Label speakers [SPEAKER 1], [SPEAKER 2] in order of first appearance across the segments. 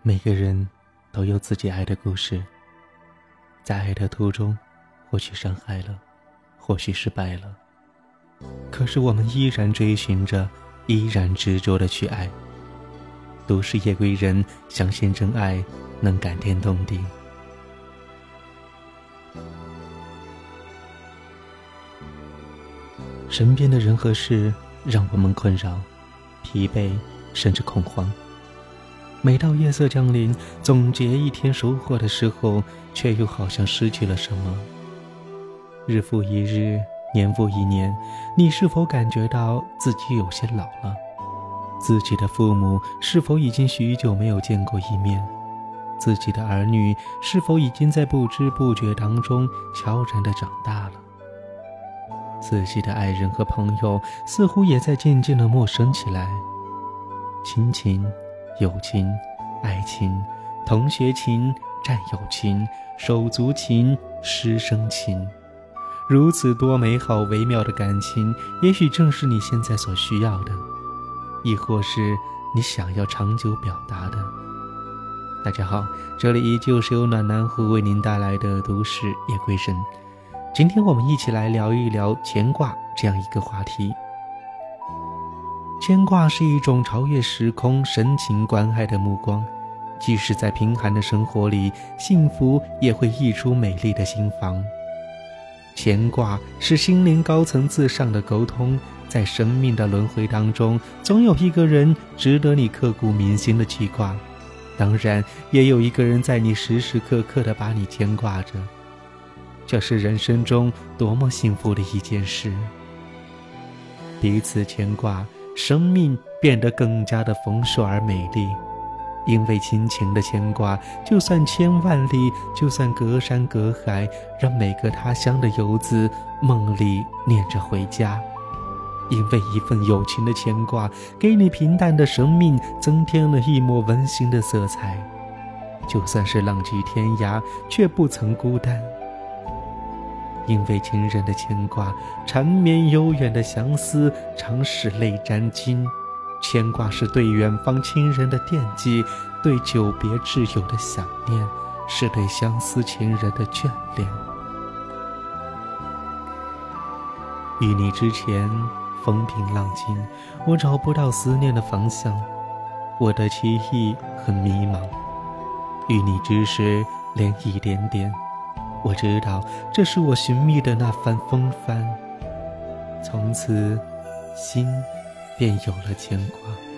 [SPEAKER 1] 每个人都有自己爱的故事，在爱的途中，或许伤害了，或许失败了，可是我们依然追寻着，依然执着地去爱。都市夜归人相信真爱能感天动地。身边的人和事让我们困扰、疲惫，甚至恐慌。每到夜色降临，总结一天收获的时候，却又好像失去了什么。日复一日，年复一年，你是否感觉到自己有些老了？自己的父母是否已经许久没有见过一面？自己的儿女是否已经在不知不觉当中悄然地长大了？自己的爱人和朋友似乎也在渐渐地陌生起来。亲情、友情、爱情、同学情、战友情、手足情、师生情，如此多美好微妙的感情，也许正是你现在所需要的，亦或是你想要长久表达的。大家好，这里依旧是由暖男虎为您带来的都市夜归神。今天我们一起来聊一聊牵挂这样一个话题。牵挂是一种超越时空、深情关爱的目光，即使在贫寒的生活里，幸福也会溢出美丽的心房。牵挂是心灵高层次上的沟通，在生命的轮回当中，总有一个人值得你刻骨铭心的记挂，当然也有一个人在你时时刻刻地把你牵挂着。这是人生中多么幸福的一件事。彼此牵挂，生命变得更加的丰硕而美丽。因为亲情的牵挂，就算千万里，就算隔山隔海，让每个他乡的游子梦里念着回家。因为一份友情的牵挂，给你平淡的生命增添了一抹温馨的色彩。就算是浪迹天涯，却不曾孤单。因为亲人的牵挂，缠绵悠远的相思常使泪沾襟。牵挂是对远方亲人的惦记，对久别挚友的想念，是对相思情人的眷恋。遇你之前，风平浪静，我找不到思念的方向，我的期意很迷茫。遇你之时，涟漪点点，我知道这是我寻觅的那番风帆。从此心便有了牵挂。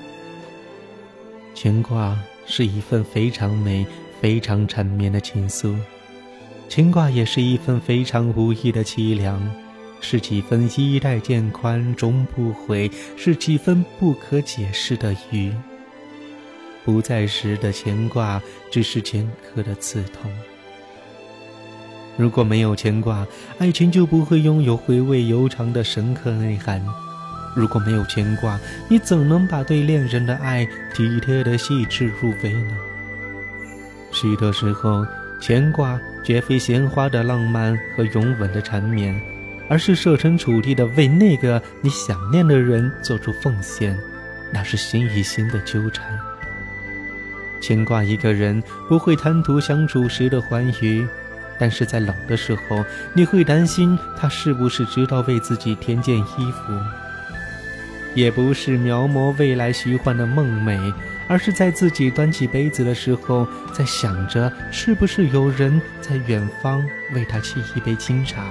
[SPEAKER 1] 牵挂是一份非常美、非常缠绵的情愫，牵挂也是一份非常无意的凄凉，是几分衣带渐宽终不悔，是几分不可解释的余。不在时的牵挂，只是尖刻的刺痛。如果没有牵挂，爱情就不会拥有回味悠长的深刻内涵。如果没有牵挂，你怎能把对恋人的爱体贴的细致入微呢？许多时候，牵挂绝非鲜花的浪漫和拥吻的缠绵，而是设身处地的为那个你想念的人做出奉献，那是心与心的纠缠。牵挂一个人不会贪图相处时的欢愉，但是在冷的时候，你会担心他是不是知道为自己添件衣服。也不是描摹未来虚幻的梦寐，而是在自己端起杯子的时候，在想着是不是有人在远方为他沏一杯清茶。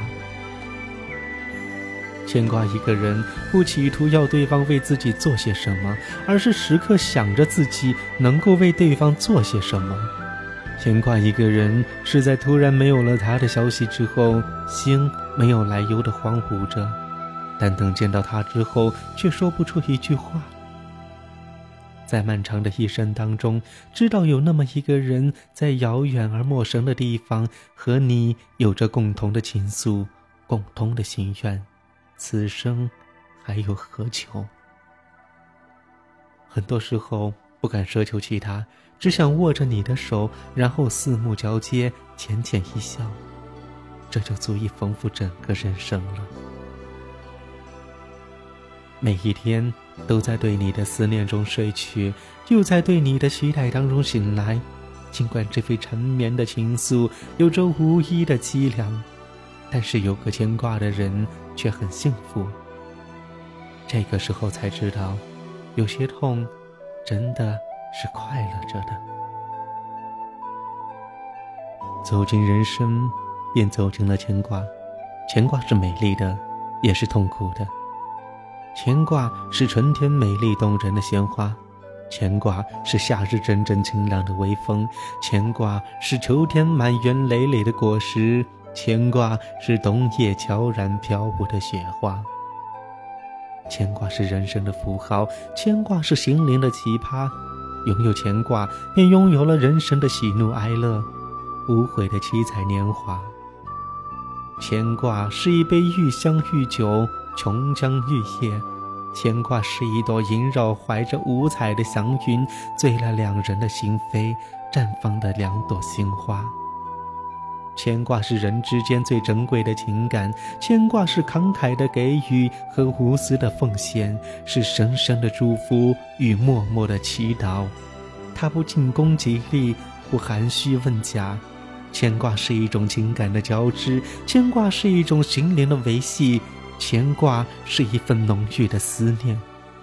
[SPEAKER 1] 牵挂一个人，不企图要对方为自己做些什么，而是时刻想着自己能够为对方做些什么。牵挂一个人，是在突然没有了他的消息之后，心没有来由地荒芜着，但等见到他之后，却说不出一句话。在漫长的一生当中，知道有那么一个人，在遥远而陌生的地方，和你有着共同的情愫，共同的心愿，此生还有何求？很多时候不敢奢求其他，只想握着你的手，然后四目交接，浅浅一笑，这就足以丰富整个人生了。 每一天都在对你的思念中睡去，又在对你的期待当中醒来。尽管这份缠绵的情愫有着无依的凄凉，但是有个牵挂的人却很幸福。这个时候才知道，有些痛真的是快乐着的。走进人生，便走进了牵挂。牵挂是美丽的，也是痛苦的。牵挂是春天美丽动人的鲜花，牵挂是夏日阵阵清凉的微风，牵挂是秋天满园累累的果实，牵挂是冬夜悄然飘舞的雪花。牵挂是人生的符号，牵挂是心灵的奇葩。拥有牵挂，便拥有了人生的喜怒哀乐，无悔的七彩年华。牵挂是一杯玉香玉酒，琼浆玉液。牵挂是一朵萦绕怀着五彩的祥云，醉了两人的心扉，绽放的两朵心花。牵挂是人之间最珍贵的情感，牵挂是慷慨的给予和无私的奉献，是深深的祝福与默默的祈祷。它不进攻极力，不含蓄问假。牵挂是一种情感的交织，牵挂是一种心灵的维系，牵挂是一份浓郁的思念。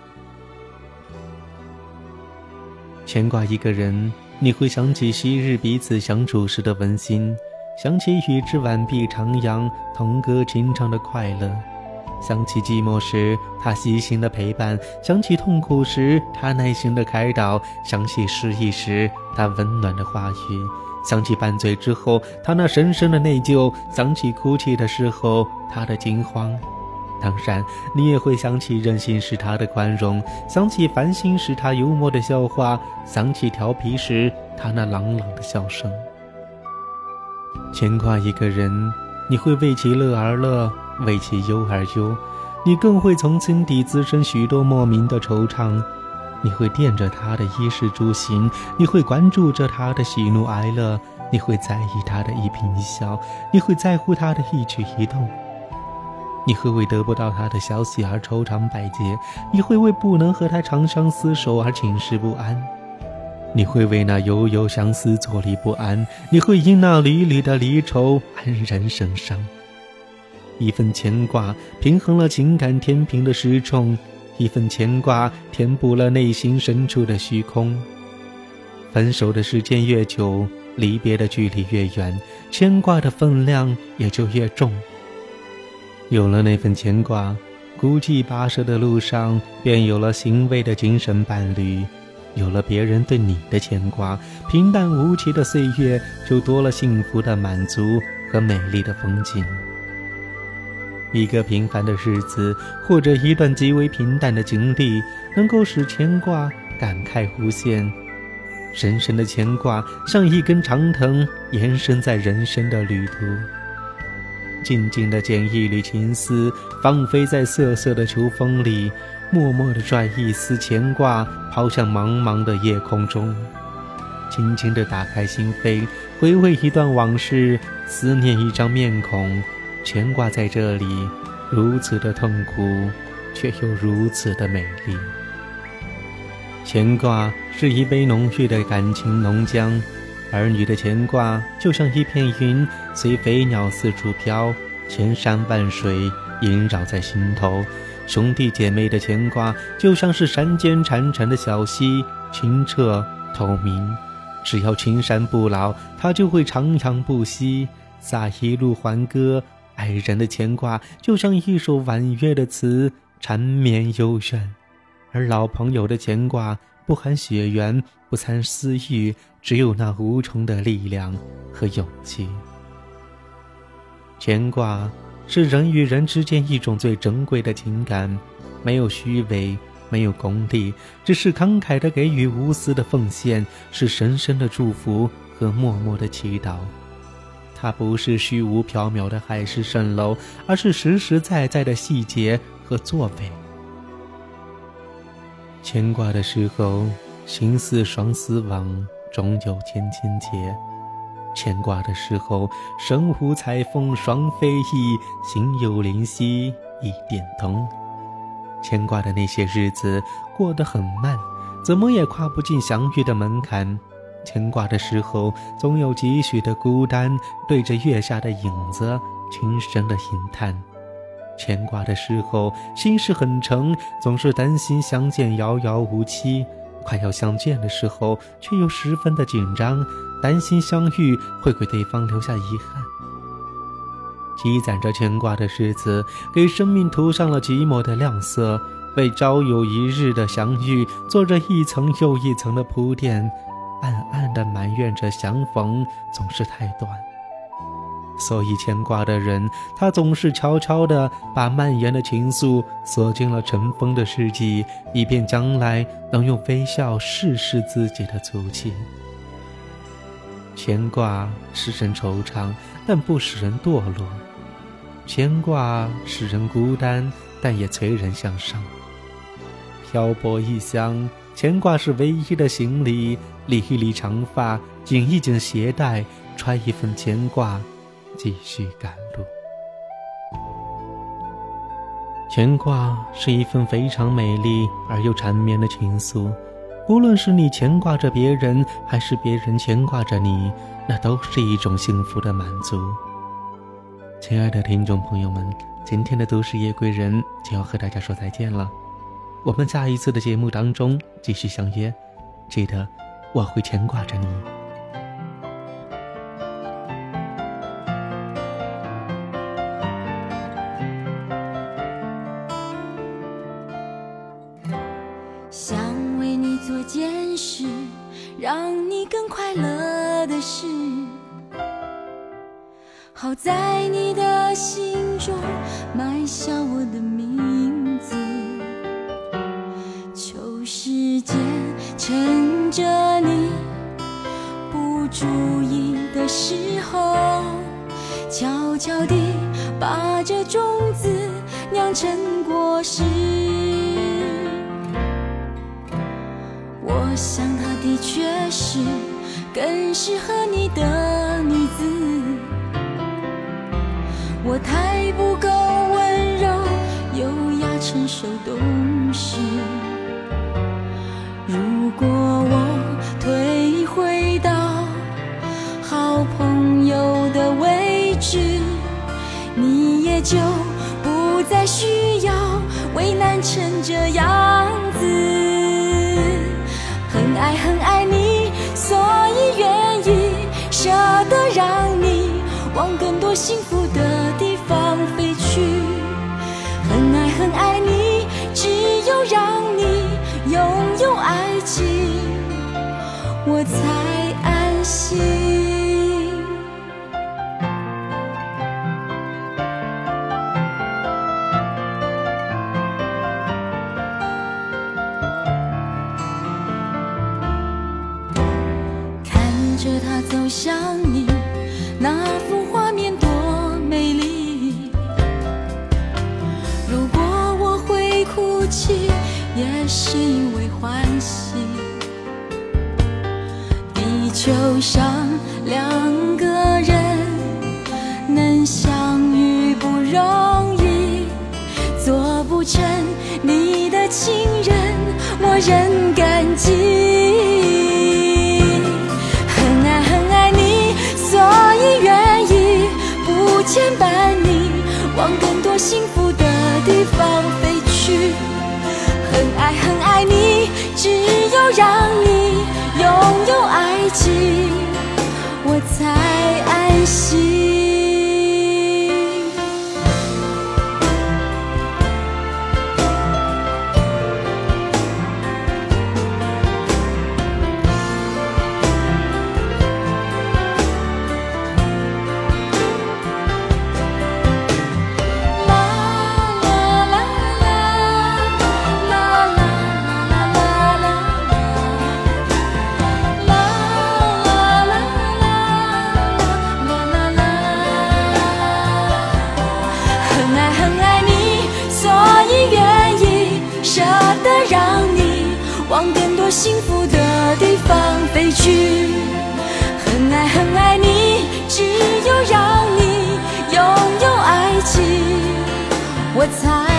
[SPEAKER 1] 牵挂一个人，你会想起昔日彼此相处时的温馨，想起与之挽臂徜徉同歌轻唱的快乐，想起寂寞时他细心的陪伴，想起痛苦时他耐心的开导，想起失意时他温暖的话语，想起拌嘴之后他那深深的内疚，想起哭泣的时候他的惊慌。当然你也会想起任性时他的宽容，想起烦心时他幽默的笑话，想起调皮时他那朗朗的笑声。牵挂一个人，你会为其乐而乐，为其忧而忧，你更会从心底滋生许多莫名的惆怅。你会惦着他的衣食住行，你会关注着他的喜怒哀乐，你会在意他的一颦一笑，你会在乎他的一举一动。你会为得不到他的消息而愁肠百结，你会为不能和他长相厮守而寝食不安，你会为那悠悠相思坐立不安，你会因那缕缕的离愁黯然神伤。一份牵挂平衡了情感天平的失重，一份牵挂填补了内心深处的虚空。分手的时间越久，离别的距离越远，牵挂的分量也就越重。有了那份牵挂，孤寂跋涉的路上便有了欣慰的精神伴侣，有了别人对你的牵挂，平淡无奇的岁月就多了幸福的满足和美丽的风景。一个平凡的日子，或者一段极为平淡的经历，能够使牵挂感慨无限。深深的牵挂像一根长藤，延伸在人生的旅途。静静地捡一缕情丝，放飞在瑟瑟的秋风里，默默地拽一丝牵挂，抛向茫茫的夜空中。轻轻地打开心扉，回味一段往事，思念一张面孔。牵挂在这里，如此的痛苦，却又如此的美丽。牵挂是一杯浓郁的感情浓浆，儿女的牵挂就像一片云，随飞鸟四处飘，千山万水萦绕在心头。兄弟姐妹的牵挂就像是山间潺潺的小溪，清澈透明，只要青山不老，它就会徜徉不息，洒一路欢歌。爱人的牵挂就像一首婉约的词，缠绵悠远，而老朋友的牵挂不含血缘，不掺私欲，只有那无穷的力量和勇气。牵挂是人与人之间一种最珍贵的情感，没有虚伪，没有功利，只是慷慨的给予，无私的奉献，是深深的祝福和默默的祈祷。它不是虚无缥缈的海市蜃楼，而是实实在在的细节和作为。牵挂的时候，心似双丝网，终有千千结；牵挂的时候，身无彩凤双飞翼，心有灵犀一点通。 牵挂的那些日子过得很慢，怎么也跨不进相遇的门槛。牵挂的时候，总有几许的孤单，对着月下的影子轻声的吟叹。牵挂的时候，心事很沉，总是担心相见遥遥无期。快要相见的时候，却又十分的紧张，担心相遇会给对方留下遗憾。积攒着牵挂的日子，给生命涂上了寂寞的亮色，为朝有一日的相遇做着一层又一层的铺垫，暗暗地埋怨着相逢总是太短。所以牵挂的人，他总是悄悄地把蔓延的情愫锁进了尘封的世纪，以便将来能用微笑试试自己的足迹。牵挂使人惆怅，但不使人堕落；牵挂使人孤单，但也催人向上。漂泊异乡，牵挂是唯一的行李，理一理长发，紧一紧鞋带，揣一份牵挂，继续赶路。牵挂是一份非常美丽而又缠绵的情愫，无论是你牵挂着别人，还是别人牵挂着你，那都是一种幸福的满足。亲爱的听众朋友们，今天的都市夜归人就要和大家说再见了，我们下一次的节目当中继续相约，记得我会牵挂着你。
[SPEAKER 2] 想为你做件事，让你更快乐的事，好在你的心中埋下我的名字。求时间趁着你不注意的时候，悄悄地把这种子酿成果实。我想她的确是更适合你的女子，我太不够温柔优雅成熟懂事。如果我退回到好朋友的位置，你也就不再需要为难成这样子。很爱你，所以愿意舍得让你往更多幸福的地方飞去。很爱你，只有让你拥有爱情，我才安心。看着他走向你，那幅画面多美丽。如果我会哭泣，也是因为欢喜。地球上两个人能相遇不容易，做不成你的情人，我仍感激。很爱你，所以愿意不牵绊你往更多幸福的地方飞去。很爱你，只有让你拥有爱情，我才安心。往更多幸福的地方飞去。很爱你，只有让你拥有爱情，我才